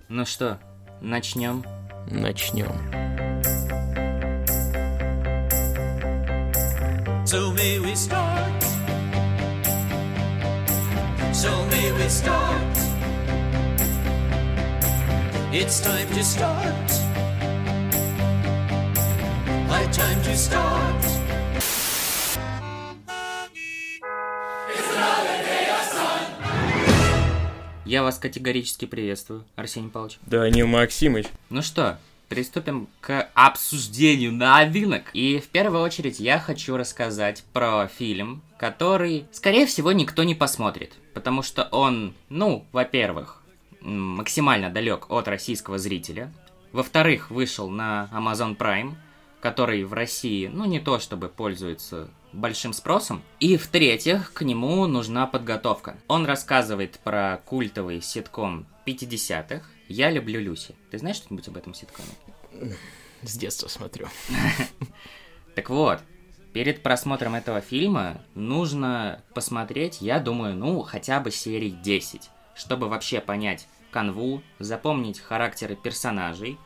Ну что, начнем? Начнем. So may we start. So may we start. It's time to start. High time to start. Я вас категорически приветствую, Арсений Павлович. Данил Максимыч. Ну что, приступим к обсуждению новинок. И в первую очередь я хочу рассказать про фильм, который, скорее всего, никто не посмотрит. Потому что он, во-первых, максимально далек от российского зрителя. Во-вторых, вышел на Amazon Prime, который в России, не то чтобы пользуется большим спросом. И в-третьих, к нему нужна подготовка. Он рассказывает про культовый ситком 50-х «Я люблю Люси». Ты знаешь что-нибудь об этом ситкоме? С детства смотрю. Так вот, перед просмотром этого фильма нужно посмотреть, я думаю, хотя бы серий 10, чтобы вообще понять канву, запомнить характеры персонажей,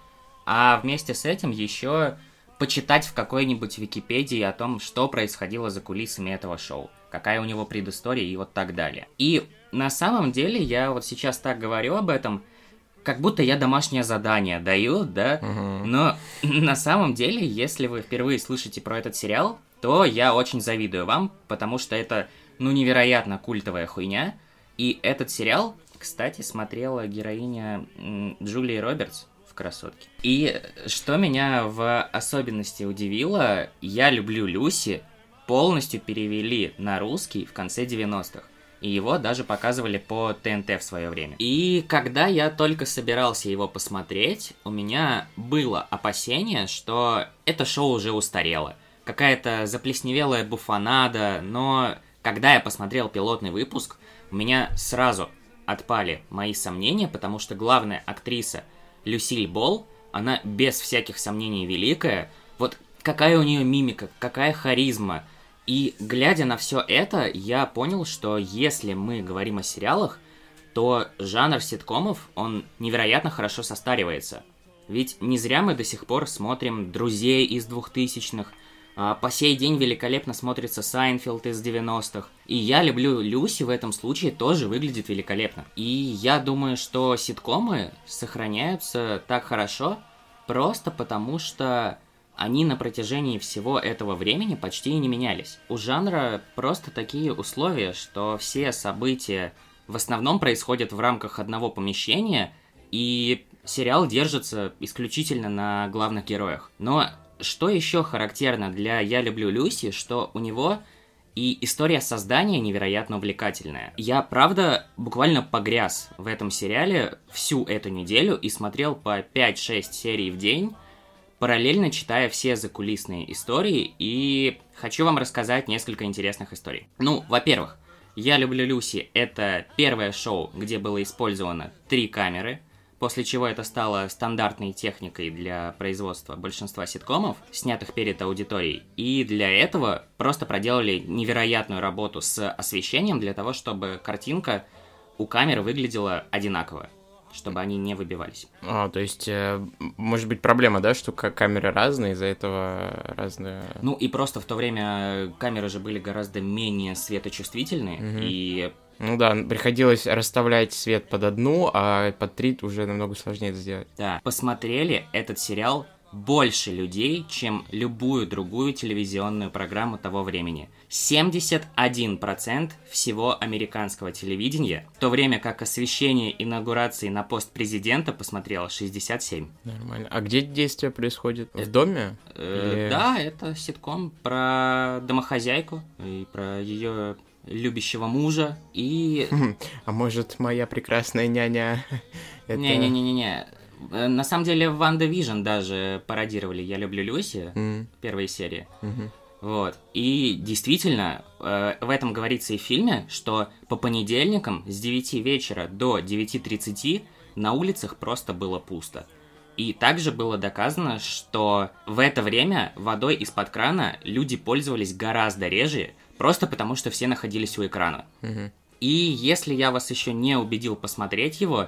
а вместе с этим еще почитать в какой-нибудь Википедии о том, что происходило за кулисами этого шоу, какая у него предыстория и вот так далее. И на самом деле я вот сейчас так говорю об этом, как будто я домашнее задание даю, да? Но на самом деле, если вы впервые слышите про этот сериал, то я очень завидую вам, потому что это, невероятно культовая хуйня. И этот сериал, кстати, смотрела героиня Джулии Робертс, красотки. И что меня в особенности удивило, «Я люблю Люси» полностью перевели на русский в конце 90-х. И его даже показывали по ТНТ в свое время. И когда я только собирался его посмотреть, у меня было опасение, что это шоу уже устарело. Какая-то заплесневелая буфонада, но когда я посмотрел пилотный выпуск, у меня сразу отпали мои сомнения, потому что главная актриса Люсиль Болл, она без всяких сомнений великая. Вот какая у нее мимика, какая харизма. И глядя на все это, я понял, что если мы говорим о сериалах, то жанр ситкомов, он невероятно хорошо состаривается. Ведь не зря мы до сих пор смотрим «Друзей» из 2000-х, по сей день великолепно смотрится «Сайнфелд» из 90-х. И «Я люблю Люси» в этом случае тоже выглядит великолепно. И я думаю, что ситкомы сохраняются так хорошо просто потому, что они на протяжении всего этого времени почти и не менялись. У жанра просто такие условия, что все события в основном происходят в рамках одного помещения, и сериал держится исключительно на главных героях. Но что еще характерно для «Я люблю Люси», что у него и история создания невероятно увлекательная. Я, правда, буквально погряз в этом сериале всю эту неделю и смотрел по 5-6 серий в день, параллельно читая все закулисные истории, и хочу вам рассказать несколько интересных историй. Во-первых, «Я люблю Люси» — это первое шоу, где было использовано 3 камеры, после чего это стало стандартной техникой для производства большинства ситкомов, снятых перед аудиторией. И для этого просто проделали невероятную работу с освещением для того, чтобы картинка у камеры выглядела одинаково, чтобы они не выбивались. То есть, может быть проблема, да, что камеры разные, из-за этого разные... И просто в то время камеры же были гораздо менее светочувствительные, и... приходилось расставлять свет под одну, а под 3 уже намного сложнее это сделать. Да, посмотрели этот сериал больше людей, чем любую другую телевизионную программу того времени. 71% всего американского телевидения, в то время как освещение инаугурации на пост президента посмотрело 67%. Нормально. А где действие происходит? В доме? Да, это ситком про домохозяйку и про ее любящего мужа, и... А может, моя прекрасная няня... Не-не-не-не-не. На самом деле, в «Ванда Вижн» даже пародировали «Я люблю Люси», первые серии. Вот. И действительно, в этом говорится и в фильме, что по понедельникам с 9 вечера до 9:30 на улицах просто было пусто. И также было доказано, что в это время водой из-под крана люди пользовались гораздо реже, просто потому что все находились у экрана. И если я вас еще не убедил посмотреть его,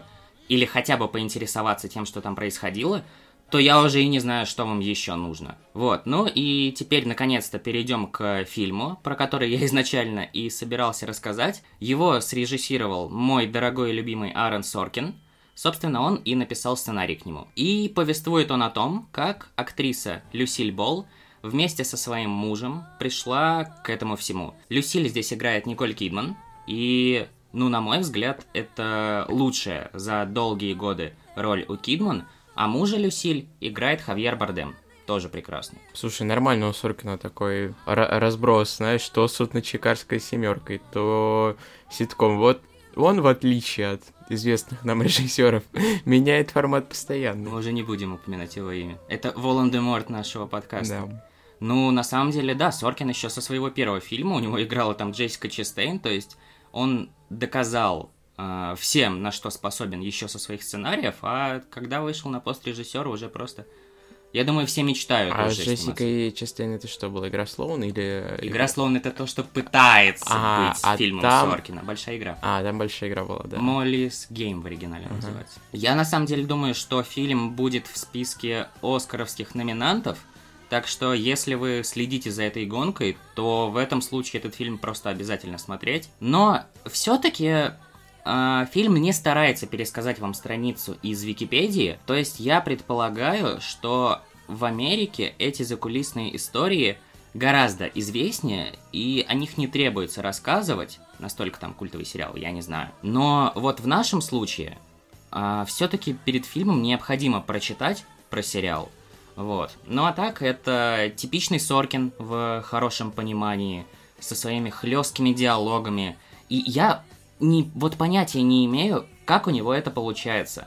или хотя бы поинтересоваться тем, что там происходило, то я уже и не знаю, что вам еще нужно. Вот, ну и теперь, наконец-то, перейдем к фильму, про который я изначально и собирался рассказать. Его срежиссировал мой дорогой и любимый Аарон Соркин. Собственно, он и написал сценарий к нему. И повествует он о том, как актриса Люсиль Болл вместе со своим мужем пришла к этому всему. Люсиль здесь играет Николь Кидман, и, ну, на мой взгляд, это лучшая за долгие годы роль у Кидман, а мужа Люсиль играет Хавьер Бардем. Тоже прекрасный. Слушай, нормально у Соркина такой разброс, знаешь, то «Суд над Чикагской семеркой», то ситком. Вот он, в отличие от известных нам режиссеров, меняет формат постоянно. Мы уже не будем упоминать его имя. Это Волан-де-Морт нашего подкаста. Да. Ну, на самом деле, да, Соркин еще со своего первого фильма, у него играла там Джессика Честейн, то есть он доказал всем, на что способен еще со своих сценариев, а когда вышел на пост режиссера, уже просто... Я думаю, все мечтают А уже с Джессикой Честейн это что было, игра Слоун или... Игра Слоун — это то, что пытается быть фильмом там... Соркина. Большая игра. Там большая игра была, да. Моллис Гейм в оригинале называется. Я на самом деле думаю, что фильм будет в списке оскаровских номинантов, так что если вы следите за этой гонкой, то в этом случае этот фильм просто обязательно смотреть. Но все-таки... фильм не старается пересказать вам страницу из Википедии, то есть я предполагаю, что в Америке эти закулисные истории гораздо известнее, и о них не требуется рассказывать, настолько там культовый сериал, я не знаю. Но вот в нашем случае все-таки перед фильмом необходимо прочитать про сериал. Вот. Ну а так, это типичный Соркин в хорошем понимании, со своими хлесткими диалогами, и я... вот понятия не имею, как у него это получается.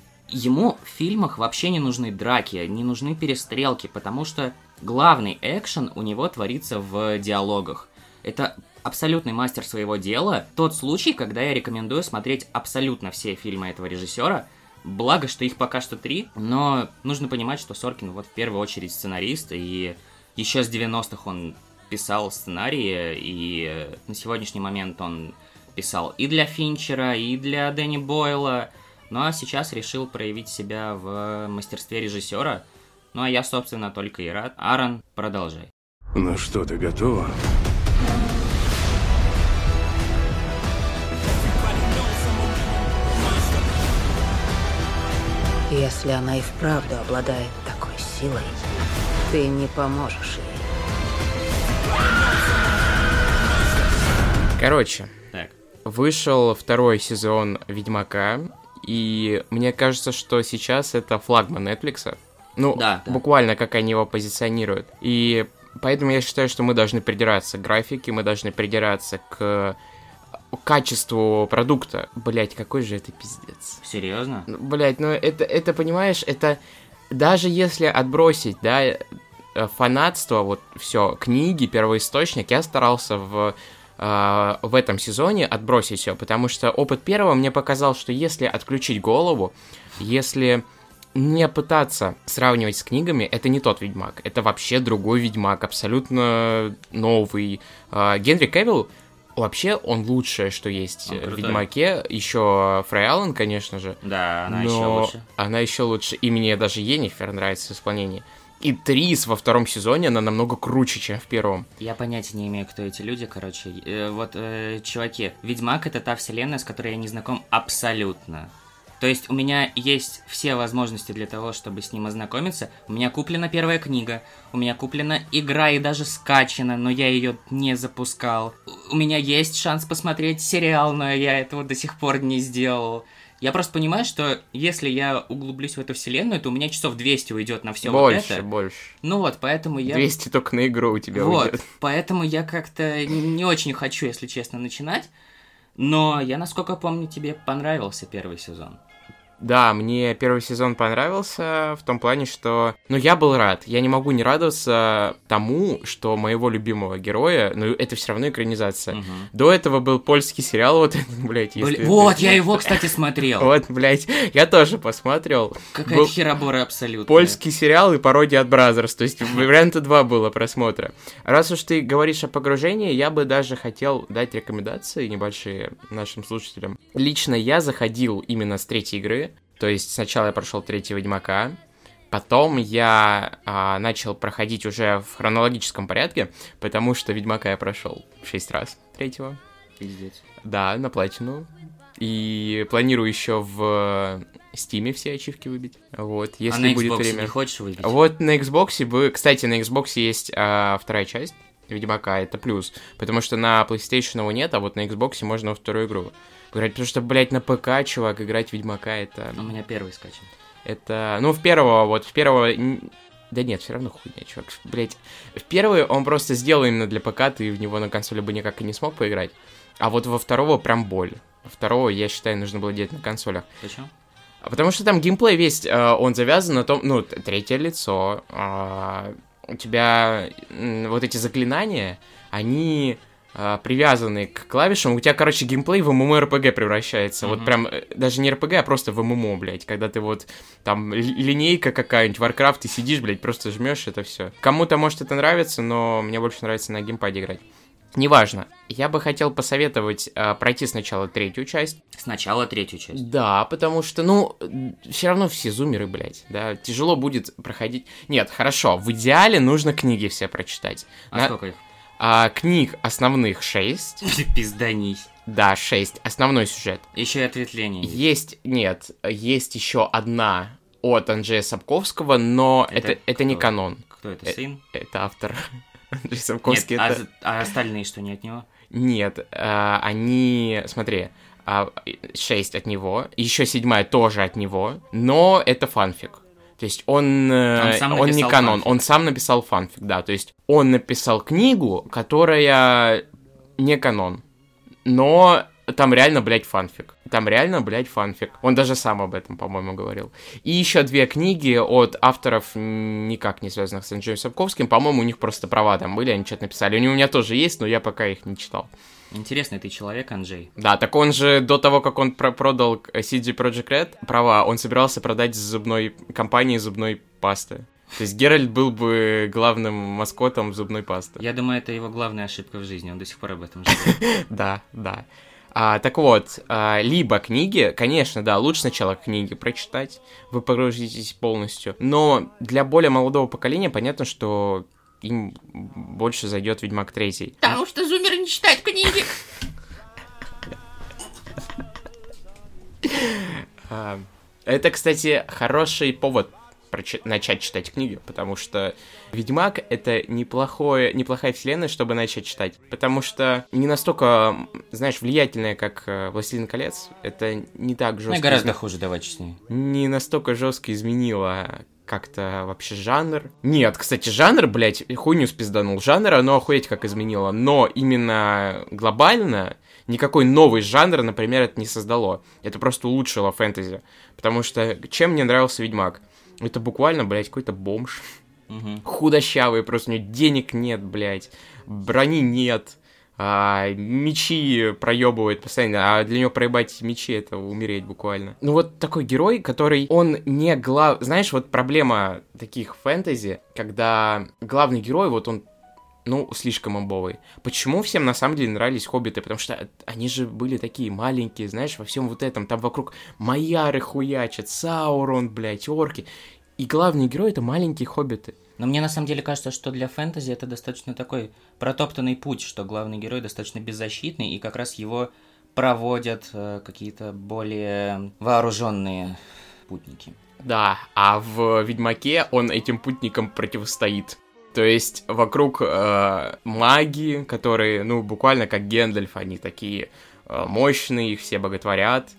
Ему в фильмах вообще не нужны драки, не нужны перестрелки, потому что главный экшен у него творится в диалогах. Это абсолютный мастер своего дела. Тот случай, когда я рекомендую смотреть абсолютно все фильмы этого режиссера. Благо, что их пока что 3, но нужно понимать, что Соркин вот в первую очередь сценарист, и еще с 90-х он писал сценарии, и на сегодняшний момент он... писал и для Финчера, и для Дэнни Бойла, ну а сейчас решил проявить себя в мастерстве режиссера. Ну а я, собственно, только и рад. Аарон, продолжай. Ну что, ты готова? Если она и вправду обладает такой силой, ты не поможешь ей. Короче, Так. вышел второй сезон «Ведьмака», и мне кажется, что сейчас это флагман Netflix. Ну, Да. буквально как они его позиционируют. И поэтому я считаю, что мы должны придираться к графике, мы должны придираться к качеству продукта. Блять, какой же это пиздец. Серьезно? Блять, ну это, понимаешь, это... Даже если отбросить, да, фанатство, вот все, книги, первоисточник, я старался в этом сезоне отбросить все, потому что опыт первого мне показал, что если отключить голову, если не пытаться сравнивать с книгами, это не тот Ведьмак, это вообще другой Ведьмак, абсолютно новый. Генри Кевилл, вообще он лучшее, что есть в Ведьмаке, еще Фрей Аллен, конечно же. Да, она но еще лучше. Она еще лучше, и мне даже Йеннифер нравится в исполнении. И Трис во втором сезоне, она намного круче, чем в первом. Я понятия не имею, кто эти люди, короче. Чуваки, Ведьмак — это та вселенная, с которой я не знаком абсолютно. То есть у меня есть все возможности для того, чтобы с ним ознакомиться. У меня куплена первая книга, у меня куплена игра и даже скачана, но я ее не запускал. У меня есть шанс посмотреть сериал, но я этого до сих пор не сделал. Я просто понимаю, что если я углублюсь в эту вселенную, то у меня часов 200 уйдет на все вот это. Больше. Ну вот, поэтому я... 200 только на игру у тебя вот, уйдет. Поэтому я как-то не очень хочу, если честно, начинать. Но я, насколько помню, тебе понравился первый сезон. Да, мне первый сезон понравился в том плане, что... Ну, я был рад. Я не могу не радоваться тому, что моего любимого героя... Ну, это все равно экранизация. Угу. До этого был польский сериал, вот этот, блядь, если... Вот, я его, кстати, смотрел. Вот, блядь, я тоже посмотрел. Какая-то херобора абсолютно. Польский сериал и пародия от Бразерс. То есть варианта 2 было просмотра. Раз уж ты говоришь о погружении, я бы даже хотел дать рекомендации небольшие нашим слушателям. Лично я заходил именно с 3-й игры. То есть сначала я прошел 3-й Ведьмака, потом я начал проходить уже в хронологическом порядке, потому что Ведьмака я прошел 6 раз 3-го. Пиздец. Да, на платину. И планирую еще в Стиме все ачивки выбить. Вот, если на будет Xbox время. Не хочешь выбить? Вот на Xbox бы... Кстати, на Xbox есть вторая часть Ведьмака, это плюс. Потому что на PlayStation его нет, а вот на Xbox можно во вторую игру играть. Потому что, блядь, на ПК, чувак, играть в Ведьмака, это... У меня первый скачан. Это... Ну, в первого... Да нет, все равно хуйня, чувак. Блядь, в первый он просто сделал именно для ПК, ты в него на консоли бы никак и не смог поиграть. А вот во второго прям боль. Во второго, я считаю, нужно было делать на консолях. Почему? Потому что там геймплей весь, он завязан на том, ну, третье лицо, у тебя вот эти заклинания, они привязаны к клавишам, у тебя, короче, геймплей в MMORPG превращается, вот прям, даже не RPG, а просто в ММО, блядь, когда ты вот, там, линейка какая-нибудь, Warcraft, ты сидишь, блядь, просто жмешь это все. Кому-то, может, это нравится, но мне больше нравится на геймпаде играть. Неважно. Я бы хотел посоветовать пройти сначала 3-ю часть. Сначала 3-ю часть? Да, потому что, ну, все равно все зумеры, блядь, да, тяжело будет проходить. Нет, хорошо, в идеале нужно книги все прочитать. Сколько их? Книг основных 6. Пизданись. Да, 6. Основной сюжет. Еще и ответвление есть. Есть еще одна от Анджея Сапковского, но это не канон. Кто это, сын? Это автор. Андрей Сапковский. Нет, а остальные что, не от него? Нет, они, смотри, 6 от него, еще 7 тоже от него, но это фанфик. То есть он не канон, он сам написал фанфик, да, то есть он написал книгу, которая не канон, но там реально, блядь, фанфик. Он даже сам об этом, по-моему, говорил. И еще 2 книги от авторов, никак не связанных с Анджеем Сапковским. По-моему, у них просто права там были, они что-то написали. Они у меня тоже есть, но я пока их не читал. Интересный ты человек, Анджей. Да, так он же до того, как он продал CD Projekt Red права, он собирался продать компании зубной пасты. То есть Геральт был бы главным маскотом зубной пасты. Я думаю, это его главная ошибка в жизни, он до сих пор об этом жалеет. Да. Так вот, либо книги, конечно, да, лучше сначала книги прочитать, вы погрузитесь полностью, но для более молодого поколения понятно, что им больше зайдет Ведьмак 3. Потому что зумеры не читают книги. Это, кстати, хороший повод начать читать книги, потому что Ведьмак — это неплохая вселенная, чтобы начать читать, потому что не настолько, знаешь, влиятельная, как «Властелин колец», это не так жестко. Гораздо хуже, давай честнее. Не настолько жестко изменила как-то вообще жанр. Нет, кстати, жанр, блядь, хуйню спизданул. Жанр, оно охуеть как изменило, но именно глобально никакой новый жанр, например, это не создало. Это просто улучшило фэнтези, потому что чем мне нравился Ведьмак? Это буквально, блядь, какой-то бомж. Худощавый, просто у него денег нет, блядь. Брони нет. Мечи проебывает постоянно. А для него проебать мечи — это умереть буквально. Ну вот такой герой, который, он не Знаешь, вот проблема таких фэнтези, когда главный герой, вот он, ну, слишком имбовый. Почему всем на самом деле нравились хоббиты? Потому что они же были такие маленькие, знаешь, во всем вот этом. Там вокруг майяры хуячат, Саурон, блядь, орки. И главный герой — это маленькие хоббиты. Но мне на самом деле кажется, что для фэнтези это достаточно такой протоптанный путь, что главный герой достаточно беззащитный, и как раз его проводят какие-то более вооруженные путники. Да, а в Ведьмаке он этим путникам противостоит. То есть вокруг маги, которые, ну, буквально как Гэндальф, они такие мощные, их все боготворят.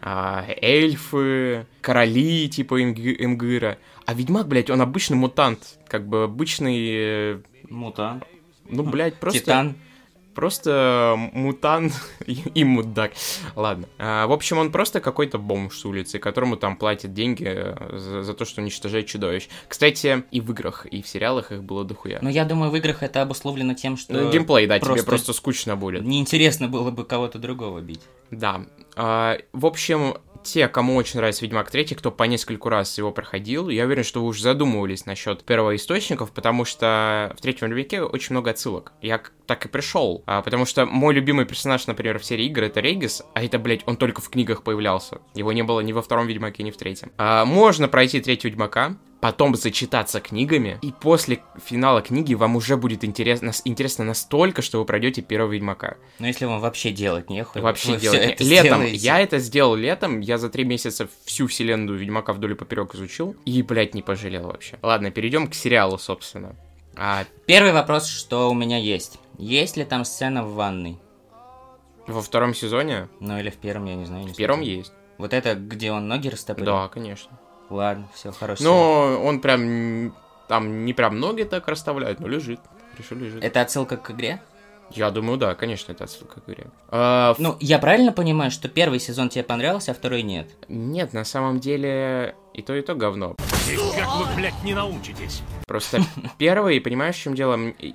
Эльфы, короли типа Имгыра. А Ведьмак, блядь, он обычный мутант. Как бы обычный... Мутант. Ну, блядь, просто... Титан. Просто мутант и мудак. Ладно. В общем, он просто какой-то бомж с улицы, которому там платят деньги за то, что уничтожает чудовищ. Кстати, и в играх, и в сериалах их было дохуя. Но я думаю, в играх это обусловлено тем, что... Геймплей, да, тебе просто скучно будет. Неинтересно было бы кого-то другого бить. Да. В общем, те, кому очень нравится Ведьмак 3, кто по нескольку раз его проходил, я уверен, что вы уже задумывались насчет первоисточников, потому что в третьем Ведьмаке очень много отсылок. Я так и пришел, потому что мой любимый персонаж, например, в серии игр — это Регис, а это, блядь, он только в книгах появлялся. Его не было ни во втором Ведьмаке, ни в третьем. Можно пройти третий Ведьмака, потом зачитаться книгами, и после финала книги вам уже будет интересно настолько, что вы пройдете первого Ведьмака. Ну, если вам вообще делать нехуй. Вообще делать летом. Я это сделал летом, я за 3 месяца всю вселенную Ведьмака вдоль и поперек изучил, и, блядь, не пожалел вообще. Ладно, перейдем к сериалу, собственно. Первый вопрос, что у меня есть. Есть ли там сцена в ванной? Во втором сезоне? Ну, или в первом, я не знаю. В первом есть. Вот это, где он ноги растопырил? Да, конечно. Ладно, все, хорошо. Но он прям, там не прям ноги так расставляет, но лежит. Решил лежит. Это отсылка к игре? Я думаю, да, конечно, это отсылка к игре. Ну, я правильно понимаю, что первый сезон тебе понравился, а второй нет? Нет, на самом деле и то говно. Как вы, блядь, не научитесь? Просто первый, понимаешь, в чем дело?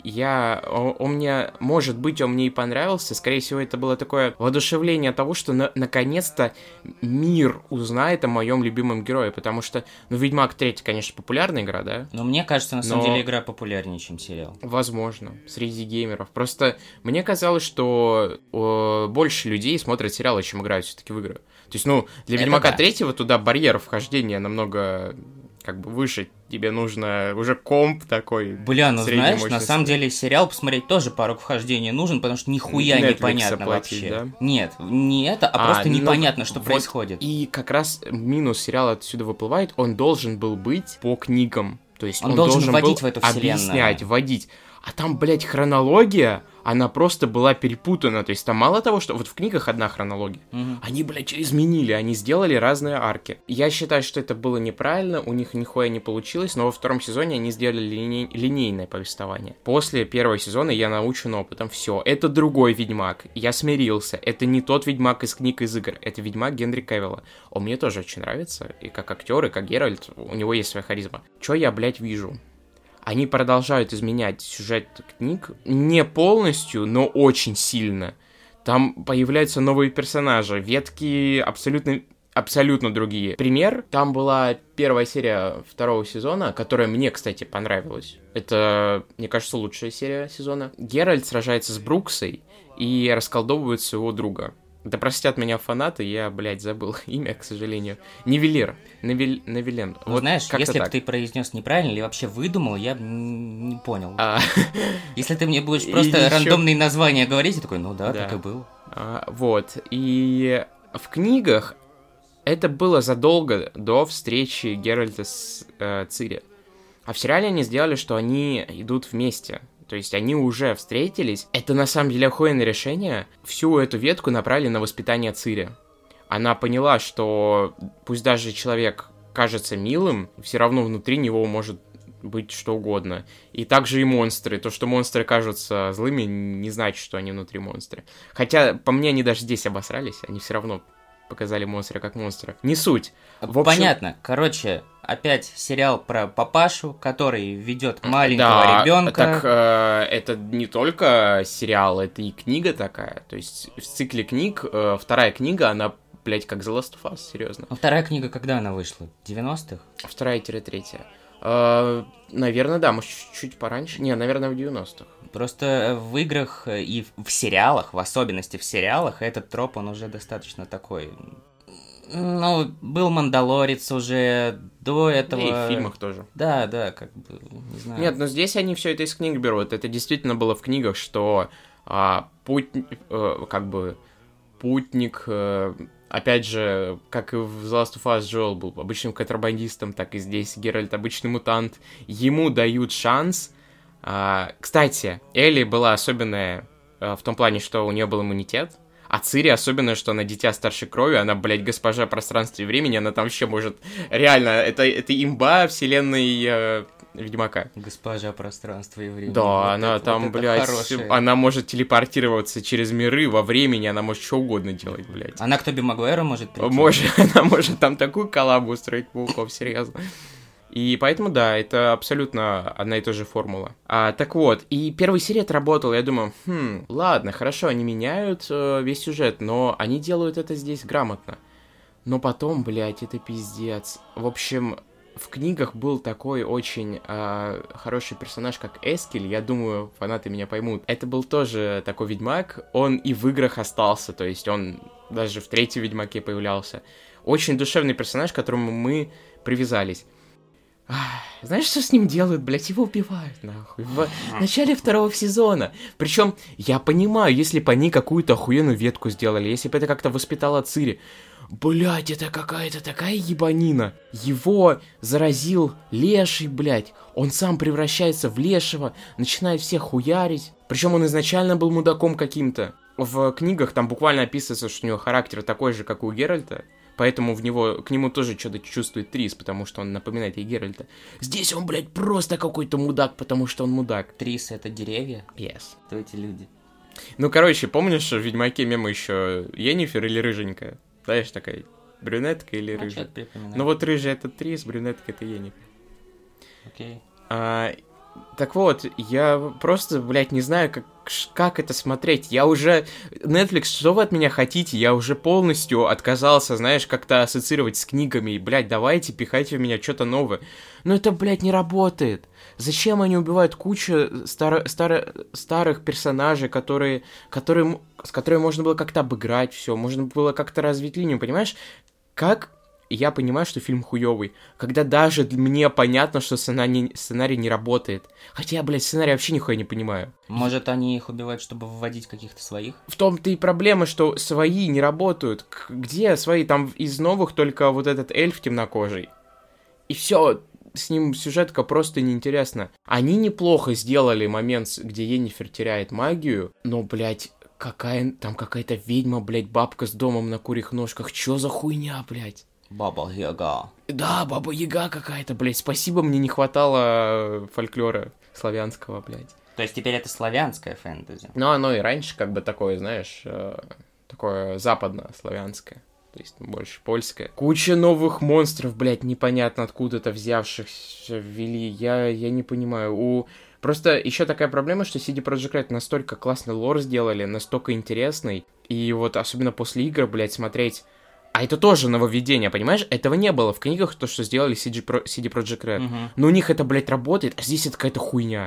Он мне, может быть, он мне и понравился. Скорее всего, это было такое воодушевление того, что наконец-то мир узнает о моем любимом герое. Потому что, ну, Ведьмак 3, конечно, популярная игра, да? Но мне кажется, на самом деле, игра популярнее, чем сериал. Возможно, среди геймеров. Просто мне казалось, что больше людей смотрят сериалы, чем играют все-таки в игры. То есть, ну, для Ведьмака 3 туда барьер вхождения намного как бы выше. Тебе нужно уже комп такой. Бля, ну знаешь, мощности. На самом деле сериал посмотреть тоже порог вхождения нужен, потому что нихуя Netflix непонятно оплатить, вообще. Да? Нет, не это, а просто непонятно, что происходит. И как раз минус сериала отсюда выплывает, он должен был быть по книгам. То есть он должен вводить был в эту вселенную. Объяснять, вводить. А там, блядь, хронология, она просто была перепутана. То есть там мало того, что вот в книгах одна хронология, они, блядь, изменили, они сделали разные арки. Я считаю, что это было неправильно, у них нихуя не получилось, но во втором сезоне они сделали линейное повествование. После первого сезона я научен опытом, все, это другой Ведьмак, я смирился, это не тот Ведьмак из книг, из игр, это Ведьмак Генри Кавилла. Он мне тоже очень нравится, и как актер, и как Геральт, у него есть своя харизма. Чё я, блядь, вижу? Они продолжают изменять сюжет книг не полностью, но очень сильно. Там появляются новые персонажи, ветки абсолютно другие. Пример, там была первая серия второго сезона, которая мне, кстати, понравилась. Это, мне кажется, лучшая серия сезона. Геральт сражается с Бруксой и расколдовывает своего друга. Да простят меня фанаты, я, блядь, забыл имя, к сожалению. Невелен. Ну, вот знаешь, если бы ты произнес неправильно или вообще выдумал, я бы не понял. Если ты мне будешь просто рандомные названия говорить, я такой, ну да, так и было. Вот, и в книгах это было задолго до встречи Геральта с Цири. А в сериале они сделали, что они идут вместе. То есть они уже встретились. Это на самом деле охуенное решение. Всю эту ветку направили на воспитание Цири. Она поняла, что пусть даже человек кажется милым, все равно внутри него может быть что угодно. И также и монстры. То, что монстры кажутся злыми, не значит, что они внутри монстры. Хотя, по мне, они даже здесь обосрались. Они все равно показали монстра как монстра. Не суть. В общем... Понятно. Короче, опять сериал про папашу, который ведет маленького ребенка. Так это не только сериал, это и книга такая. То есть в цикле книг вторая книга, она, блядь, как The Last of Us, серьезно. А вторая книга когда она вышла? 90-х? 2-3. Наверное, да, может, чуть пораньше. Не, наверное, в 90-х. Просто в играх и в сериалах, в особенности в сериалах, этот троп, он уже достаточно такой... Ну, был Мандалорец уже до этого... И в фильмах тоже. Да, как бы, не знаю. Нет, но здесь они все это из книг берут. Это действительно было в книгах, что путник... Опять же, как и в The Last of Us, Джоэл был обычным контрабандистом, так и здесь Геральт обычный мутант. Ему дают шанс. Кстати, Элли была особенная в том плане, что у нее был иммунитет. А Цири особенно, что она дитя старшей крови, она, блядь, госпожа пространства и времени, она там вообще может... Реально, это имба вселенной Ведьмака. Госпожа пространства и времени. Да, вот она это, там, вот блядь, хорошая. она может телепортироваться через миры во времени, она может что угодно делать, блядь. Она к Тоби Магуайру может прийти? Она может там такую коллабу устроить пауков, серьезно. И поэтому, да, это абсолютно одна и та же формула. Так вот, и первая серия отработала, я думаю, ладно, хорошо, они меняют весь сюжет, но они делают это здесь грамотно. Но потом, блядь, это пиздец. В общем, в книгах был такой очень хороший персонаж, как Эскель. Я думаю, фанаты меня поймут. Это был тоже такой ведьмак. Он и в играх остался, то есть он даже в третьем Ведьмаке появлялся. Очень душевный персонаж, к которому мы привязались. Знаешь, что с ним делают, блядь? Его убивают, нахуй. В начале второго сезона. Причем, я понимаю, если бы они какую-то охуенную ветку сделали, если бы это как-то воспитало Цири. Блядь, это какая-то такая ебанина. Его заразил леший, блядь. Он сам превращается в лешего, начинает всех хуярить. Причем он изначально был мудаком каким-то. В книгах там буквально описывается, что у него характер такой же, как у Геральта. Поэтому к нему тоже что-то чувствует Трис, потому что он напоминает ей Геральта. Здесь он, блядь, просто какой-то мудак, потому что он мудак. Трис — это деревья? Yes. Кто эти люди? Ну, короче, помнишь в Ведьмаке мема еще Йеннифер или рыженькая? Знаешь, такая брюнетка или рыжая? Ну вот рыжая — это Трис, брюнетка — это Йеннифер. Окей. Так вот, я просто, блядь, не знаю, как это смотреть. Я уже... Netflix, что вы от меня хотите? Я уже полностью отказался, знаешь, как-то ассоциировать с книгами. И, блядь, давайте, пихайте в меня что-то новое. Но это, блядь, не работает. Зачем они убивают кучу старых персонажей, с которыми можно было как-то обыграть все, можно было как-то развить линию, понимаешь? Как... Я понимаю, что фильм хуёвый, когда даже мне понятно, что сценарий не работает. Хотя я, блядь, сценарий вообще нихуя не понимаю. Может, они их убивают, чтобы выводить каких-то своих? В том-то и проблема, что свои не работают. Где свои? Там из новых только вот этот эльф темнокожий. И все, с ним сюжетка просто неинтересна. Они неплохо сделали момент, где Йеннифер теряет магию, но, блядь, там какая-то ведьма, блядь, бабка с домом на курьих ножках. Чё за хуйня, блядь? Баба Яга. Да, Баба Яга какая-то, блядь. Спасибо, мне не хватало фольклора славянского, блядь. То есть теперь это славянское фэнтези? Ну, оно и раньше как бы такое, знаешь, такое западно-славянское. То есть больше польское. Куча новых монстров, блядь, непонятно откуда-то взявшихся ввели. Я не понимаю. Просто еще такая проблема, что CD Projekt Red настолько классный лор сделали, настолько интересный. И вот особенно после игр, блядь, смотреть... А это тоже нововведение, понимаешь? Этого не было в книгах, то, что сделали CD Projekt Red. Но у них это, блядь, работает, а здесь это какая-то хуйня.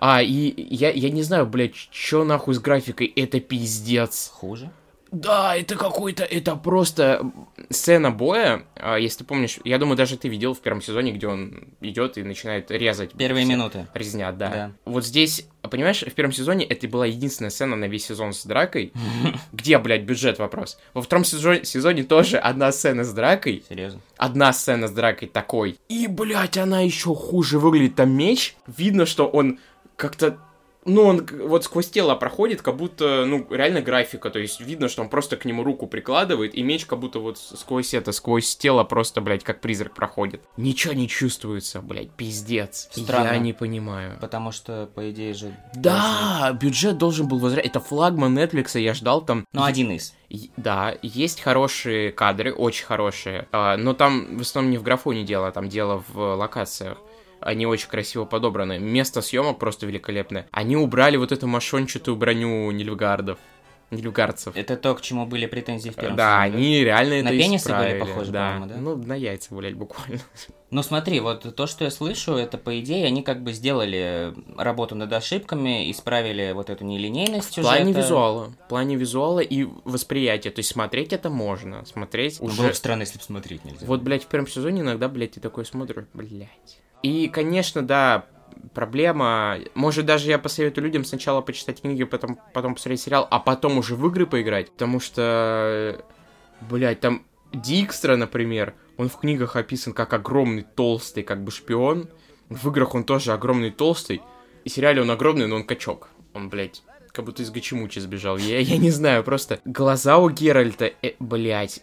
И я не знаю, блядь, что нахуй с графикой, это пиздец. Хуже? Да, это какой-то, это просто сцена боя, если ты помнишь, я думаю, даже ты видел в первом сезоне, где он идет и начинает резать. Первые минуты. Резня, да. Вот здесь, понимаешь, в первом сезоне это была единственная сцена на весь сезон с дракой. Где, блядь, бюджет вопрос? Во втором сезоне тоже одна сцена с дракой. Серьезно? Одна сцена с дракой такой. И, блядь, она еще хуже выглядит. Там меч, видно, что он как-то... Ну, он вот сквозь тело проходит, как будто, ну, реально графика, то есть видно, что он просто к нему руку прикладывает, и меч как будто вот сквозь тело просто, блядь, как призрак проходит. Ничего не чувствуется, блядь, пиздец. Странно. Я не понимаю. Потому что, по идее же... Да, бюджет должен был возвращать. Это флагман Netflix, я ждал там... Ну, один из. Да, есть хорошие кадры, очень хорошие, но там в основном не в графоне дело, там дело в локациях. Они очень красиво подобраны. Место съемок просто великолепное. Они убрали вот эту мошончатую броню нильфгардцев. Это то, к чему были претензии в первом Да, сезоне, они реально это исправили. На пенисы исправили. были похожи, да. по-моему, да? Ну, на яйца, блядь, буквально. Ну смотри, вот то, что я слышу, это по идее они как бы сделали работу над ошибками, исправили вот эту нелинейность сюжета. В плане визуала и восприятия. То есть смотреть это можно. Смотреть уже... Было бы странно, если бы смотреть нельзя. Вот, блядь, в первом сезоне иногда, блядь, ты такой смотришь, блядь. И, конечно, да, проблема... Может, даже я посоветую людям сначала почитать книги, потом посмотреть сериал, а потом уже в игры поиграть. Потому что, блядь, там Дикстра, например, он в книгах описан как огромный, толстый, как бы шпион. В играх он тоже огромный, толстый. И в сериале он огромный, но он качок. Он, блядь, как будто из Гачимучи сбежал. Я не знаю, просто глаза у Геральта, блядь.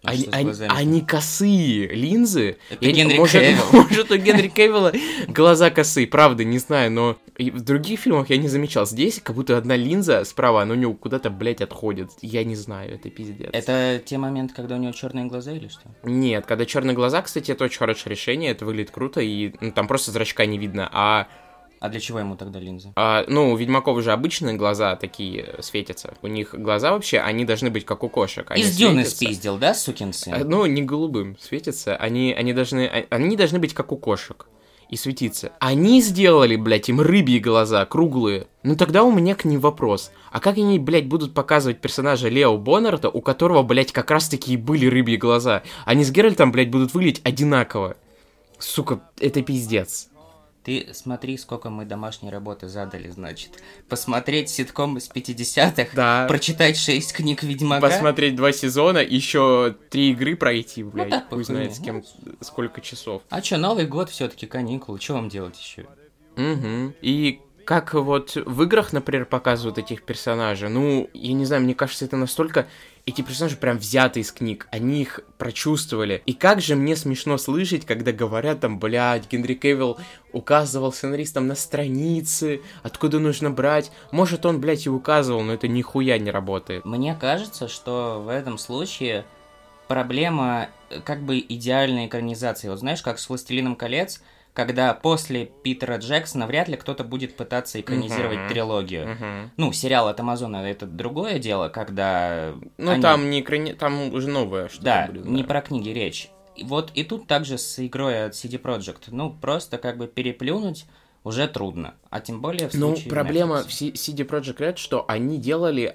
Они косые линзы. Может, у Генри Кевилла глаза косые, правда, не знаю, но в других фильмах я не замечал. Здесь как будто одна линза справа, она у него куда-то, блядь, отходит. Я не знаю, это пиздец. Это те моменты, когда у него черные глаза или что? Нет, когда черные глаза, кстати, это очень хорошее решение, это выглядит круто, и там просто зрачка не видно, а А для чего ему тогда линзы? Ну, у ведьмаков же обычные глаза такие светятся. У них глаза вообще, они должны быть как у кошек. Они Из Дюны светятся. спиздил, да, сукин сын? Ну, не голубым светятся. Они должны быть как у кошек. И светиться. Они сделали, блядь, им рыбьи глаза, круглые. Ну тогда у меня к ним вопрос. А как они, блядь, будут показывать персонажа Лео Боннарда, у которого, блядь, как раз-таки и были рыбьи глаза? Они с Геральтом, блядь, будут выглядеть одинаково. Сука, это пиздец. Ты смотри, сколько мы домашней работы задали, значит. Посмотреть ситком из 50-х, Да. прочитать 6 книг Ведьмака. Посмотреть 2 сезона, еще 3 игры пройти, блядь. так, Хуй знает похуй. с кем, сколько часов. А чё, Новый год все-таки каникулы, что вам делать еще? Угу. И как вот в играх, например, показывают этих персонажей, ну, я не знаю, мне кажется, это настолько... Эти персонажи прям взяты из книг, они их прочувствовали. И как же мне смешно слышать, когда говорят там, блядь, Генри Кевилл указывал сценаристам на страницы, откуда нужно брать. Может, он, блядь, и указывал, но это нихуя не работает. Мне кажется, что в этом случае проблема как бы идеальной экранизации. Вот знаешь, как с «Властелином колец», когда после Питера Джексона вряд ли кто-то будет пытаться экранизировать трилогию. Ну, сериал от Амазона — это другое дело, когда... Ну, они- там уже новое что-то Да, будет. не про книги речь. И вот и тут также с игрой от CD Projekt. Ну, просто как бы переплюнуть уже трудно. А тем более в Ну, случае проблема Netflix. в CD Projekt Red, что они делали,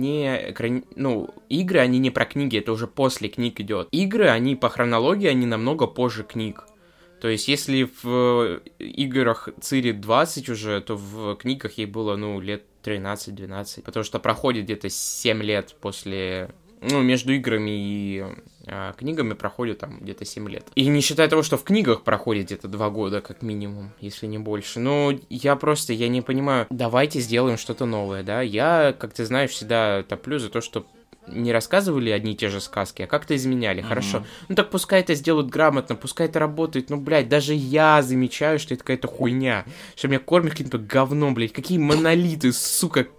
игры, они не про книги, это уже после книг идет. Игры, они по хронологии, они намного позже книг. То есть, если в играх Цири 20 уже, то в книгах ей было, лет 13-12. Потому что проходит где-то 7 лет после... Ну, между играми и книгами проходит там где-то 7 лет. И не считая того, что в книгах проходит где-то 2 года, как минимум, если не больше. Ну, я не понимаю. Давайте сделаем что-то новое, да? Я, как ты знаешь, всегда топлю за то, что не рассказывали одни и те же сказки, а как-то изменяли. Хорошо. Ну так пускай это сделают грамотно, пускай это работает. Ну, блядь, даже я замечаю, что это какая-то хуйня. Что меня кормят каким-то говном, блядь. Какие монолиты, сука.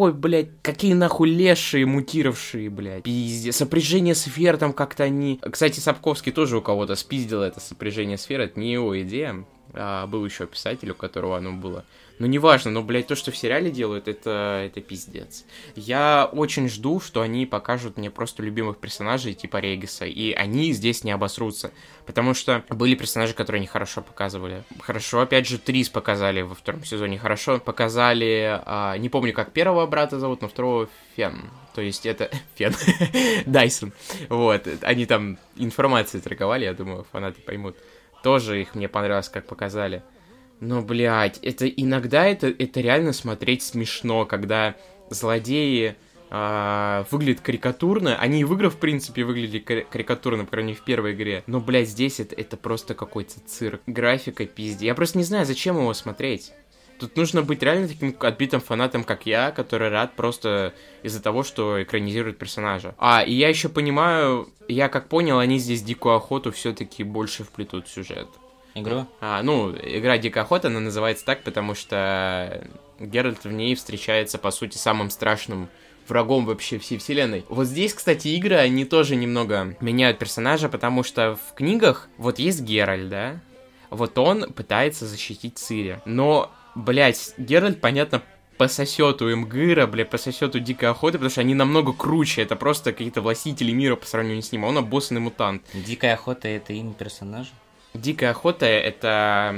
Какие нахуй лешие, мутировавшие, блядь. Пиздец. Сопряжение сфер там как-то они... Кстати, Сапковский тоже у кого-то спиздил это сопряжение сфер. Это не его идея. Был еще писатель, у которого оно было. Ну, неважно, но, блядь, то, что в сериале делают, это пиздец. Я очень жду, что они покажут мне просто любимых персонажей, типа Региса, и они здесь не обосрутся. Потому что были персонажи, которые они хорошо показывали. Хорошо, опять же, Трис показали во 2 сезоне. Хорошо показали, не помню, как первого брата зовут, но второго Фен. То есть это... Фен. Дайсон. Вот. Они там информацией торговали, я думаю, фанаты поймут. Тоже их мне понравилось, как показали. Но, блядь, это иногда это реально смотреть смешно, когда злодеи выглядят карикатурно. Они и в играх, в принципе, выглядели карикатурно, по крайней мере, в первой игре. Но, блядь, здесь это просто какой-то цирк. Графика пизде. Я просто не знаю, зачем его смотреть. Тут нужно быть реально таким отбитым фанатом, как я, который рад просто из-за того, что экранизируют персонажа. И я еще понимаю, я как понял, они здесь Дикую Охоту все-таки больше вплетут в сюжет. Игру? Игра Дикая Охота, она называется так, потому что Геральт в ней встречается, по сути, самым страшным врагом вообще всей вселенной. Вот здесь, кстати, игры, они тоже немного меняют персонажа, потому что в книгах вот есть Геральт, да? Вот он пытается защитить Цири, но... Блять, Геральт, понятно, пососет у Эмгыра, пососет у Дикой Охоты, потому что они намного круче, это просто какие-то властители мира по сравнению с ним, а он обоссанный мутант. Дикая Охота — это имя персонажа? Дикая Охота — это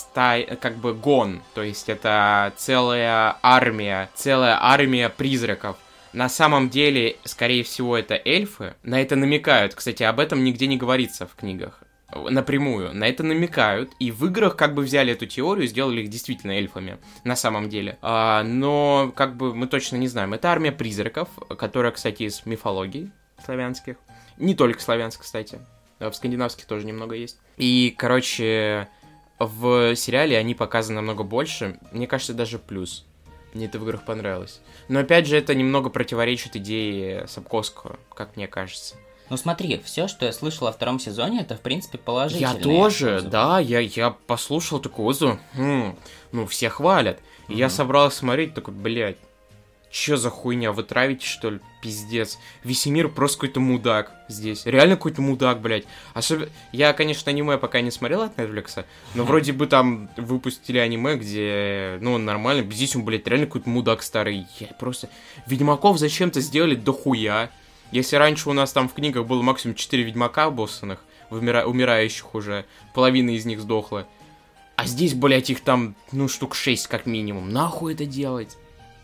как бы гон, то есть это целая армия призраков. На самом деле, скорее всего, это эльфы, на это намекают, кстати, об этом нигде не говорится в книгах. Напрямую. На это намекают. И в играх как бы взяли эту теорию и сделали их действительно эльфами. На самом деле. Но как бы мы точно не знаем. Это армия призраков, которая, кстати, из мифологий славянских. Не только славянских, кстати. В скандинавских тоже немного есть. И, короче, в сериале они показаны намного больше. Мне кажется, даже плюс. Мне это в играх понравилось. Но опять же, это немного противоречит идее Сапковского, как мне кажется. Ну смотри, все, что я слышал о 2 сезоне, это в принципе положительные. Я тоже, отзывы. да, я послушал такую отзыву, все хвалят. И я собрался смотреть, такой, блядь, Чё за хуйня, вы травите, что ли? Пиздец. Весемир просто какой-то мудак здесь. Реально какой-то мудак, блядь. Особенно... Я, конечно, аниме пока не смотрел от Netflix, но вроде бы там выпустили аниме, где, ну, он нормально. Здесь он, блядь, реально какой-то мудак старый. Я просто... Ведьмаков зачем-то сделали дохуя. Если раньше у нас там в книгах было максимум 4 ведьмака боссанных, умирающих уже, половина из них сдохла. А здесь, блядь, их там, ну, штук 6 как минимум. Нахуй это делать?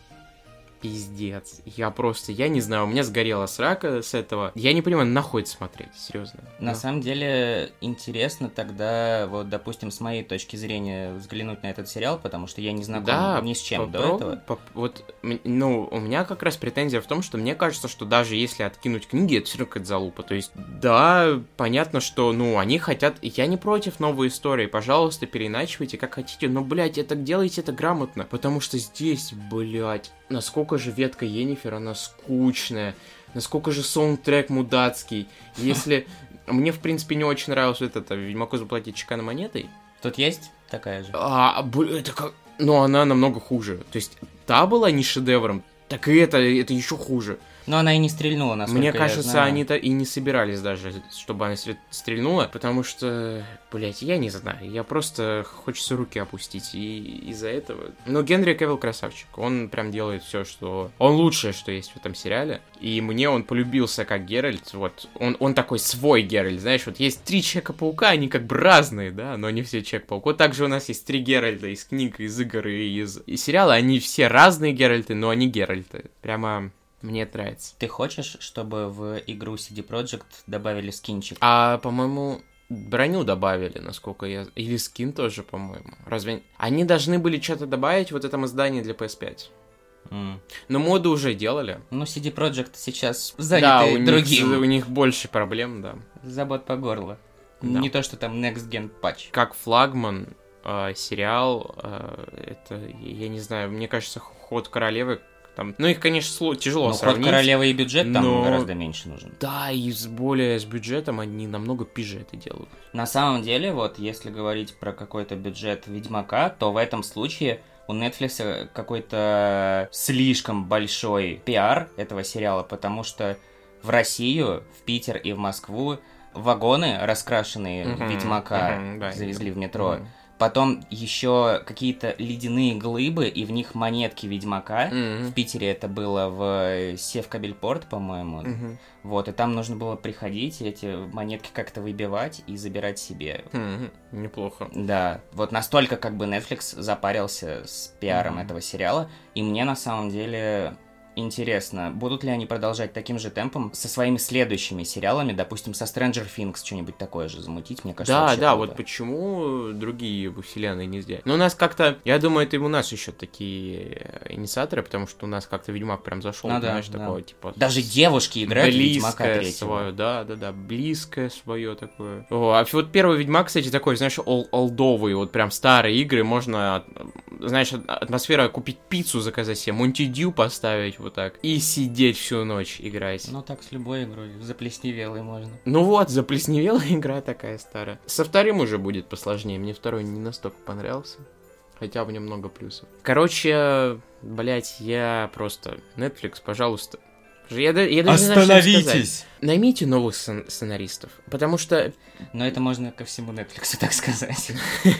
Пиздец. Я не знаю, у меня сгорела срака с этого. Я не понимаю, нахуй это смотреть, серьезно. На самом деле, интересно тогда, вот, допустим, с моей точки зрения, взглянуть на этот сериал, потому что я не знаком ни с чем до этого. Вот, ну, у меня как раз претензия в том, что мне кажется, что даже если откинуть книги, это все равно какая-то залупа. То есть, да, понятно, что, ну, они хотят... Я не против новой истории, пожалуйста, переиначивайте как хотите, но, блядь, делайте это грамотно, потому что здесь, блядь, насколько же ветка Йеннифер, она скучная, насколько же саундтрек мудацкий. Если... Мне, в принципе, не очень нравилось это «Ведьмаку заплатить чеканной монетой». Тут есть такая же? Это как... Но она намного хуже. То есть, та была не шедевром, так и это еще хуже. Но она и не стрельнула, насколько Мне я кажется, знаю. они-то и не собирались даже, чтобы она стрельнула, потому что, блять, я не знаю, я просто хочется руки опустить, и из-за этого... Но Генри Кавилл красавчик, он прям делает все, что... Он лучшее, что есть в этом сериале, и мне он полюбился как Геральт, вот, он такой свой Геральт, знаешь, вот есть 3 Человека-паука, они как бы разные, да, но не все Человек-паук. Вот также у нас есть 3 Геральта из книг, из игр и из сериала, они все разные Геральты, но они Геральты, прямо... Мне это нравится. Ты хочешь, чтобы в игру CD Projekt добавили скинчик? По-моему, броню добавили, насколько я... Или скин тоже, по-моему. Разве... Они должны были что-то добавить в вот этом издании для PS5. Но моды уже делали. Ну, CD Projekt сейчас заняты другим. У них больше проблем, да. Забот по горло. Да. Не то, что там Next Gen патч. Как флагман, сериал, это, я не знаю, мне кажется, Ход королевы там, ну, их, конечно, тяжело сравнить. Ход королевы и бюджет там гораздо меньше нужен. Да, и с бюджетом они намного пиже это делают. На самом деле, вот, если говорить про какой-то бюджет Ведьмака, то в этом случае у Netflix какой-то слишком большой пиар этого сериала, потому что в Россию, в Питер и в Москву вагоны, раскрашенные Ведьмака, завезли в метро. Потом еще какие-то ледяные глыбы, и в них монетки Ведьмака. В Питере это было в Севкабельпорт, по-моему. Вот, и там нужно было приходить, эти монетки как-то выбивать и забирать себе. Неплохо. Да, вот настолько как бы Netflix запарился с пиаром этого сериала, и мне на самом деле... Интересно, будут ли они продолжать таким же темпом со своими следующими сериалами, допустим, со Stranger Things что-нибудь такое же замутить, мне кажется, вообще Да, круто. вот почему другие вселенные не сделать? Но у нас как-то, я думаю, это и у нас еще такие инициаторы, потому что у нас как-то Ведьмак прям зашел, знаешь, такого типа... Даже девушки играют в Ведьмака третьего. Свое, да, близкое свое такое. А вот первый Ведьмак, кстати, такой, знаешь, олдовый, вот прям старые игры, можно, знаешь, атмосфера купить пиццу, заказать себе, Монти Дью поставить, вот так, и сидеть всю ночь играть. Ну так с любой игрой, заплесневелой можно. Ну вот, заплесневелая игра такая старая. Со вторым уже будет посложнее, мне второй не настолько понравился, хотя в нем много плюсов. Короче, блять, я просто... Netflix, пожалуйста. Я даже не знаю, что сказать. Наймите новых сценаристов, потому что... Но это можно ко всему Netflix так сказать.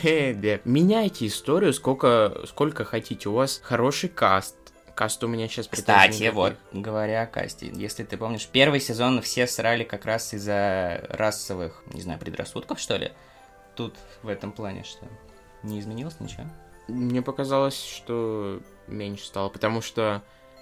Меняйте историю сколько хотите, у вас хороший каст. Каст у меня сейчас... Кстати, вот, говоря о касте, если ты помнишь, первый сезон все срали как раз из-за расовых, не знаю, предрассудков, что ли? Тут в этом плане что? Не изменилось ничего? Мне показалось, что меньше стало, потому что...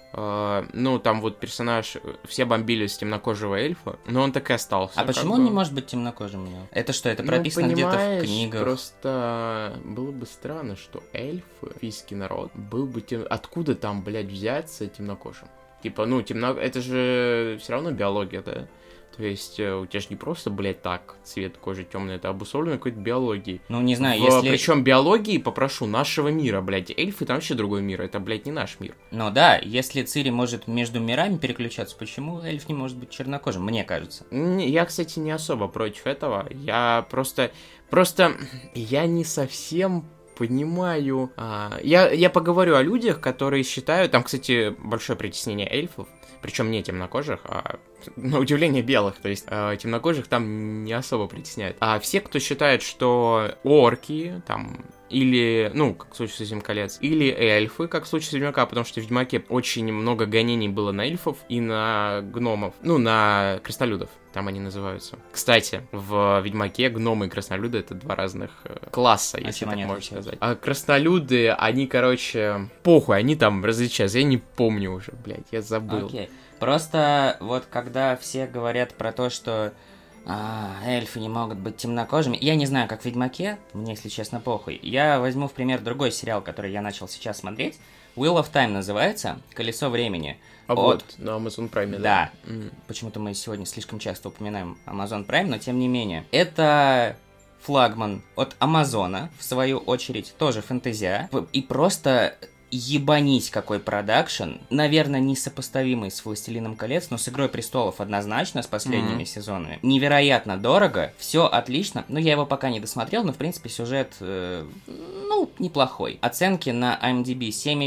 ну, там вот персонаж, все бомбили с темнокожего эльфа, но он так и остался. А почему он не может быть темнокожим у него? Это что, это прописано где-то в книгах? Просто было бы странно, что эльфы, эльфийский народ, был бы Откуда там, блядь, взяться темнокожим? Типа, ну, это же все равно биология, да? То есть у тебя же не просто, блядь, так, цвет кожи темный, это обусловлено какой-то биологией. Ну, не знаю, если... Причем биологии, попрошу, нашего мира, блядь. Эльфы там вообще другой мир, это, блядь, не наш мир. Ну да, если Цири может между мирами переключаться, почему эльф не может быть чернокожим, мне кажется? Я, кстати, не особо против этого. Я просто я не совсем понимаю. Я поговорю о людях, которые считают... Там, кстати, большое притеснение эльфов. Причем не темнокожих, а, на удивление, белых. То есть темнокожих там не особо притесняют. А все, кто считает, что орки, там... Или, ну, как в случае с «Семь колец», или эльфы, как в случае с «Ведьмака», потому что в «Ведьмаке» очень много гонений было на эльфов и на гномов, ну, на краснолюдов, там они называются. Кстати, в «Ведьмаке» гномы и краснолюды — это два разных класса, если так можно сказать. А краснолюды, они, короче, похуй, они там различаются, я не помню уже, блядь, я забыл. Окей. Просто вот когда все говорят про то, что эльфы не могут быть темнокожими. Я не знаю, как в «Ведьмаке», мне, если честно, похуй. Я возьму в пример другой сериал, который я начал сейчас смотреть. Wheel of Time называется, «Колесо времени». Вот, на Amazon Prime, да? Да. Почему-то мы сегодня слишком часто упоминаем Amazon Prime, но тем не менее. Это флагман от Амазона, в свою очередь, тоже фэнтезия. И просто... Ебанись какой продакшн, наверное, несопоставимый с «Властелином колец», но с «Игрой престолов» однозначно, с последними сезонами. Невероятно дорого, все отлично, но я его пока не досмотрел, но, в принципе, сюжет, неплохой. Оценки на IMDb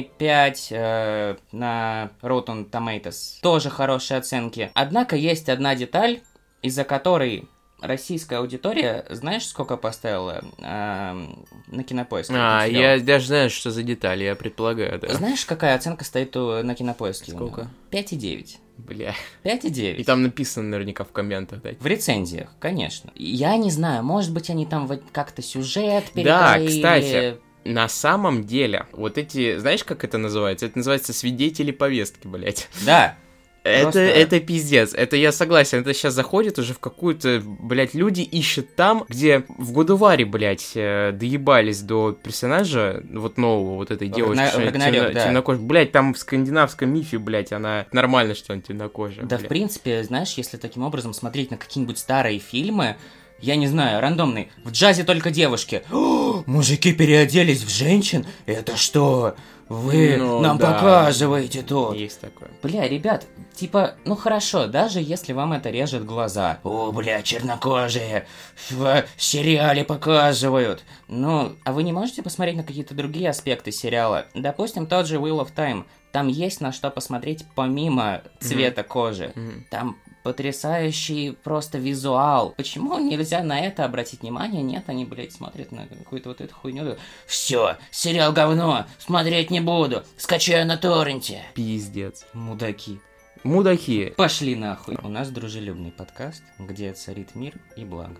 7,5, на Rotten Tomatoes тоже хорошие оценки. Однако есть одна деталь, из-за которой... Российская аудитория, знаешь, сколько поставила на Кинопоиске? Я даже знаю, что за детали, я предполагаю, да. Знаешь, какая оценка стоит на Кинопоиске? Сколько? 5,9. Бля. 5,9. И там написано наверняка в комментах, да? В рецензиях, конечно. Я не знаю, может быть, они там как-то сюжет перекроили. Да, кстати... На самом деле, вот эти, знаешь, как это называется? Это называется свидетели повестки, блядь. Да. Это пиздец, это я согласен, это сейчас заходит уже в какую-то, блядь, люди ищут там, где в Годуваре, блядь, доебались до персонажа, вот нового, вот этой девушки, темнокожей, блядь, там в скандинавском мифе, блядь, она нормально, что она темнокожая. Да, блядь. В принципе, знаешь, если таким образом смотреть на какие-нибудь старые фильмы, я не знаю, рандомный, в джазе только девушки. Мужики переоделись в женщин? Это что? Вы нам показываете тут. Есть такое. Бля, ребят, типа, ну хорошо, даже если вам это режет глаза. О, бля, чернокожие в сериале показывают. Ну, а вы не можете посмотреть на какие-то другие аспекты сериала? Допустим, тот же Wheel of Time. Там есть на что посмотреть помимо цвета кожи. Там потрясающий просто визуал. Почему нельзя на это обратить внимание? Нет, они, блядь, смотрят на какую-то вот эту хуйню. Все, сериал говно, смотреть не буду, скачаю на торренте. Пиздец. Мудаки. Пошли нахуй. У нас дружелюбный подкаст, где царит мир и благо.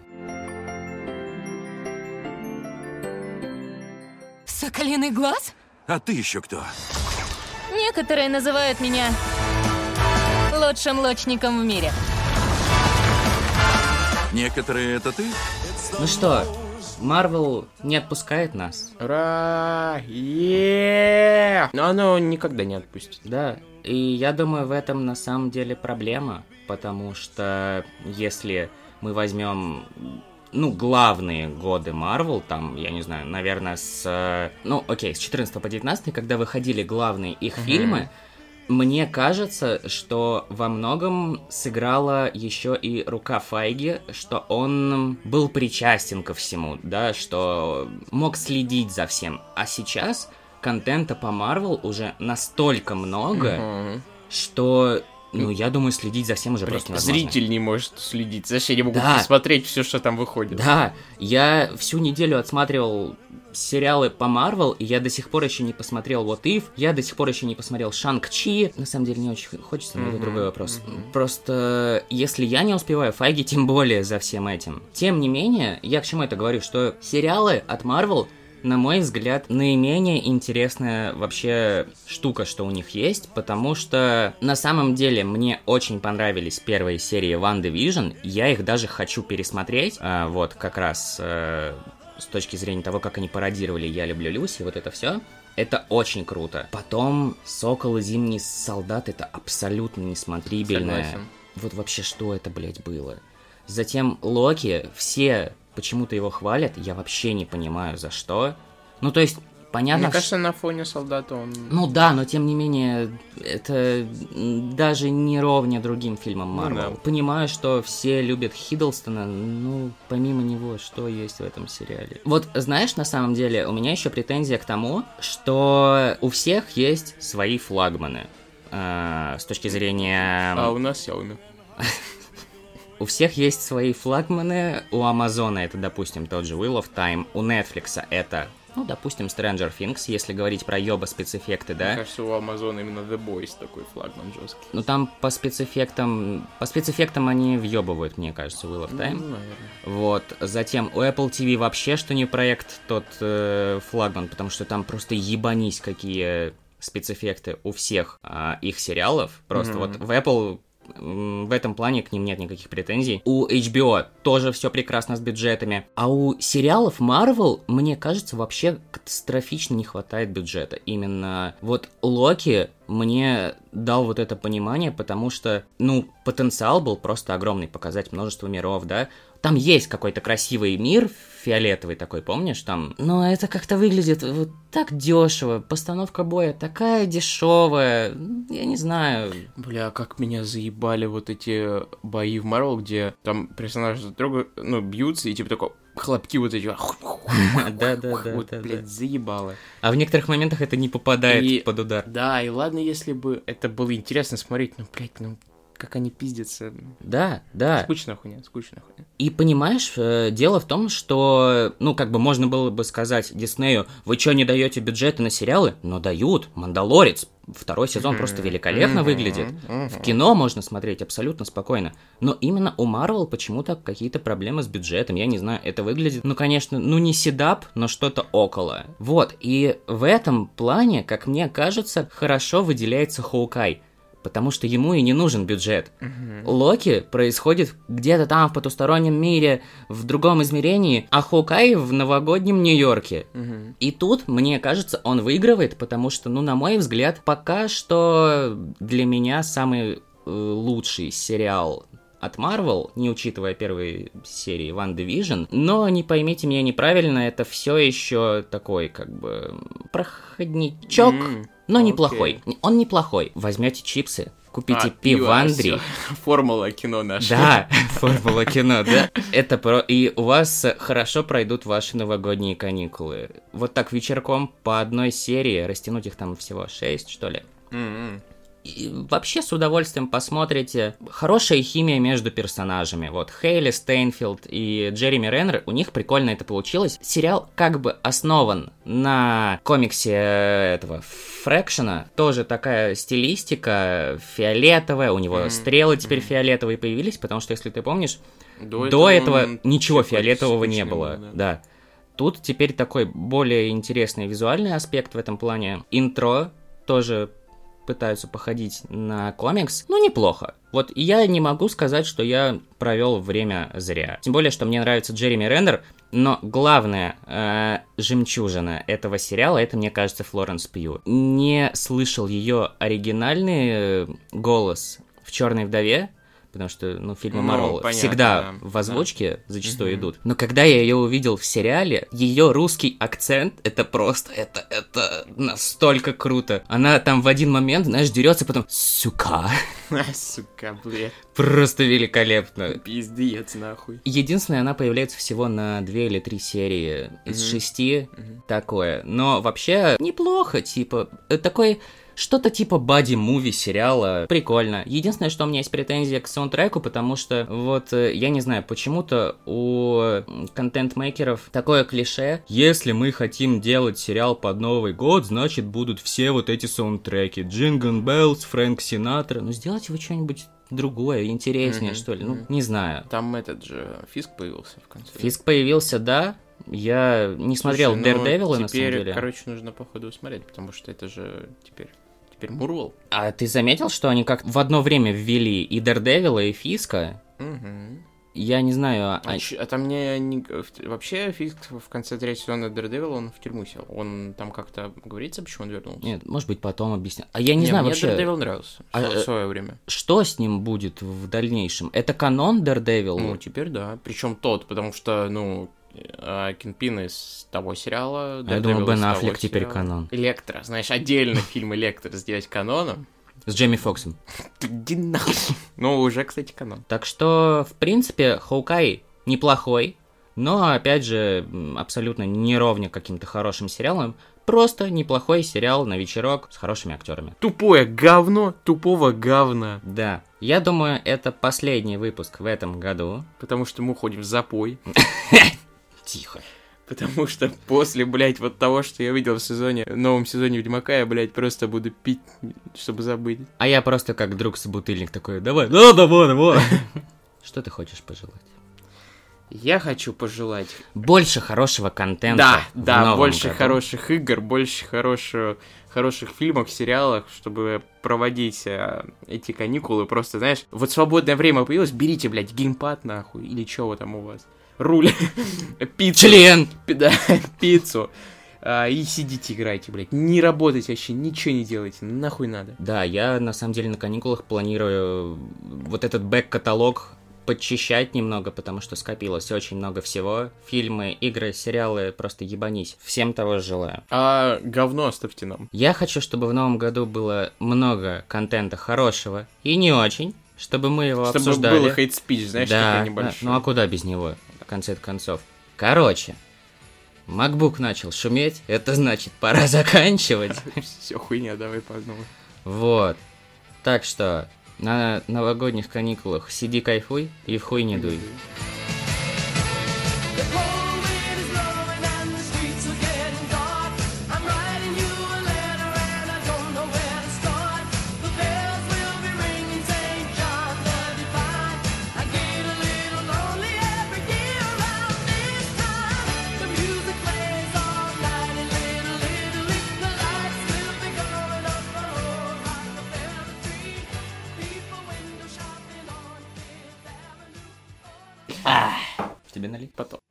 Соколиный глаз? А ты еще кто? Некоторые называют меня лучшим лучником в мире. Некоторые это ты? Ну что, Марвел не отпускает нас. Ура! Но оно никогда не отпустит. Да, и я думаю, в этом на самом деле проблема, потому что если мы возьмем... главные годы Marvel, там, я не знаю, наверное, с 14 по 19, когда выходили главные их фильмы, мне кажется, что во многом сыграла еще и рука Файги, что он был причастен ко всему, да, что мог следить за всем. А сейчас контента по Marvel уже настолько много, что... я думаю, следить за всем уже просто невозможно. Зритель не может следить, зачем не могут посмотреть все, что там выходит. Да, я всю неделю отсматривал сериалы по Marvel, и я до сих пор еще не посмотрел What If, я до сих пор еще не посмотрел Шанг-Чи. На самом деле не очень хочется, но это другой вопрос. Просто если я не успеваю, Файги тем более за всем этим. Тем не менее, я к чему это говорю, что сериалы от Marvel... на мой взгляд, наименее интересная вообще штука, что у них есть, потому что на самом деле мне очень понравились первые серии WandaVision, я их даже хочу пересмотреть, вот как раз с точки зрения того, как они пародировали «Я люблю Люси», вот это все. Это очень круто. Потом «Сокол и Зимний солдат» — это абсолютно несмотрибельное. Согласен. Вот вообще что это, блядь, было? Затем «Локи», все... почему-то его хвалят, я вообще не понимаю, за что. Ну, то есть, понятно... Мне кажется, на фоне солдата он... Ну да, но тем не менее, это даже не ровня другим фильмам Марвел. да. Понимаю, что все любят Хиддлстона, ну, помимо него, что есть в этом сериале? Вот, знаешь, на самом деле, у меня еще претензия к тому, что у всех есть свои флагманы. С точки зрения... А у нас Xiaomi. У всех есть свои флагманы. У Амазона это, допустим, тот же Wheel of Time. У Netflix это, ну, допустим, Stranger Things, если говорить про ёба спецэффекты, да? Мне кажется, у Амазона именно The Boys такой флагман жесткий. Ну, там по спецэффектам они въебывают, мне кажется, Wheel of Time. Ну, наверное. Вот. Затем у Apple TV вообще, что не проект, тот флагман, потому что там просто ебанись какие спецэффекты у всех их сериалов. Просто вот в Apple... В этом плане к ним нет никаких претензий. У HBO тоже все прекрасно с бюджетами. А у сериалов Marvel, мне кажется, вообще катастрофично не хватает бюджета. Именно вот Локи мне дал вот это понимание, потому что, ну, потенциал был просто огромный, показать множество миров, да. Там есть какой-то красивый мир, фиолетовый такой, помнишь, там? Но это как-то выглядит вот так дешево, постановка боя такая дешевая, я не знаю. Бля, как меня заебали вот эти бои в Марвел, где там персонажи трогают, ну, бьются, и типа такой хлопки вот эти. Вот, блядь, заебало. А в некоторых моментах это не попадает под удар. Да, и ладно, если бы это было интересно смотреть, но, блядь, ну... Как они пиздятся. Да. Скучная хуйня. И понимаешь, дело в том, что, ну, как бы можно было бы сказать Диснею, вы что, не даете бюджеты на сериалы? Но дают. «Мандалорец». Второй сезон просто великолепно выглядит. В кино можно смотреть абсолютно спокойно. Но именно у Marvel почему-то какие-то проблемы с бюджетом. Я не знаю, это выглядит, ну, конечно, ну, не седап, но что-то около. Вот, и в этом плане, как мне кажется, хорошо выделяется Хоукай. Потому что ему и не нужен бюджет. Локи происходит где-то там в потустороннем мире, в другом измерении, а Хоукай в новогоднем Нью-Йорке. И тут, мне кажется, он выигрывает, потому что, ну, на мой взгляд, пока что для меня самый лучший сериал от Marvel, не учитывая первой серии WandaVision, но не поймите меня неправильно, это все еще такой, как бы, проходничок. Но неплохой. Он неплохой. Возьмете чипсы, купите пивандри. Формула кино наша. Да, формула кино, да. Это и у вас хорошо пройдут ваши новогодние каникулы. Вот так вечерком по одной серии, растянуть их там всего 6, что ли. И вообще с удовольствием посмотрите. Хорошая химия между персонажами. Вот Хейли Стейнфилд и Джереми Реннер, у них прикольно это получилось. Сериал как бы основан на комиксе этого Фрэкшена. Тоже такая стилистика фиолетовая. У него стрелы теперь фиолетовые появились, потому что, если ты помнишь, до этого ничего фиолетового не было. Да. Тут теперь такой более интересный визуальный аспект в этом плане. Интро тоже пытаются походить на комикс, ну, неплохо. Вот я не могу сказать, что я провел время зря. Тем более, что мне нравится Джереми Реннер, но главная жемчужина этого сериала, это, мне кажется, Флоренс Пью. Не слышал ее оригинальный голос в «Черной вдове», потому что, ну, фильмы Марвел всегда в озвучке зачастую идут. Но когда я ее увидел в сериале, ее русский акцент, это просто, это настолько круто. Она там в один момент, знаешь, дерется, потом «Сука». Сука, блядь. Просто великолепно. Пиздец, нахуй. Единственное, она появляется всего на 2 или 3 серии из 6, такое. Но вообще неплохо, типа, такой... Что-то типа бади-муви сериала. Прикольно. Единственное, что у меня есть претензия к саундтреку, потому что, вот, я не знаю, почему-то у контент-мейкеров такое клише. Если мы хотим делать сериал под Новый год, значит, будут все вот эти саундтреки. Джингл Беллс, Фрэнк Синатра. Ну, сделайте вы что-нибудь другое, интереснее, что ли. Ну, не знаю. Там этот же Фиск появился в конце. Фиск появился, да. Я не смотрел Daredevil, на самом деле. Теперь, короче, нужно, походу, смотреть, потому что это же теперь Мурвел. А ты заметил, что они как в одно время ввели и Daredevil, и Фиска? Я не знаю... А там вообще Фиск в конце 3-го сезона Daredevil, он в тюрьму сел. Он там как-то говорится, почему он вернулся? Нет, может быть, потом объясню. А я не знаю мне вообще... Мне Daredevil нравился в свое время. Что с ним будет в дальнейшем? Это канон Daredevil? Ну, теперь да. Причем тот, потому что, ну... Кингпин из того сериала. Я думал, Daredevil Бен из того Аффлек теперь сериала. канон. Электро, знаешь, отдельно фильм Электро сделать каноном. С Джейми Фоксом. Иди нахуй. Ну, уже, кстати, канон. Так что, в принципе, Хоукай неплохой, но, опять же, абсолютно не ровня каким-то хорошим сериалам. Просто неплохой сериал на вечерок с хорошими актерами. Тупое говно, тупого говна. Да, я думаю, это последний выпуск в этом году. Потому что мы уходим в запой. Тихо. Потому что после, блядь, вот того, что я видел в новом сезоне Ведьмака, я, блядь, просто буду пить, чтобы забыть. А я просто как друг-собутыльник такой, давай, да, давай. Что ты хочешь пожелать? Я хочу пожелать... Больше хорошего контента. Да, больше хороших игр, больше хороших фильмов, сериалов, чтобы проводить эти каникулы. Просто, знаешь, вот свободное время появилось, берите, блядь, геймпад, нахуй, или чего вы там у вас, руль, пиццу. Член! Да, пиццу. И сидите, играйте, блядь. Не работайте вообще, ничего не делайте, нахуй надо. Да, я на самом деле на каникулах планирую вот этот бэк-каталог подчищать немного, потому что скопилось очень много всего. Фильмы, игры, сериалы, просто ебанись. Всем того желаю. А говно оставьте нам. Я хочу, чтобы в новом году было много контента хорошего и не очень, чтобы мы его Чтобы обсуждали. было хейт-спич, знаешь, Да, такой небольшой. ну а куда без него, в конце концов. Короче, MacBook начал шуметь, это значит, пора заканчивать. Все, хуйня, давай по одному. Вот. Так что на новогодних каникулах сиди, кайфуй и в хуй не дуй. Тебе налить? Потом.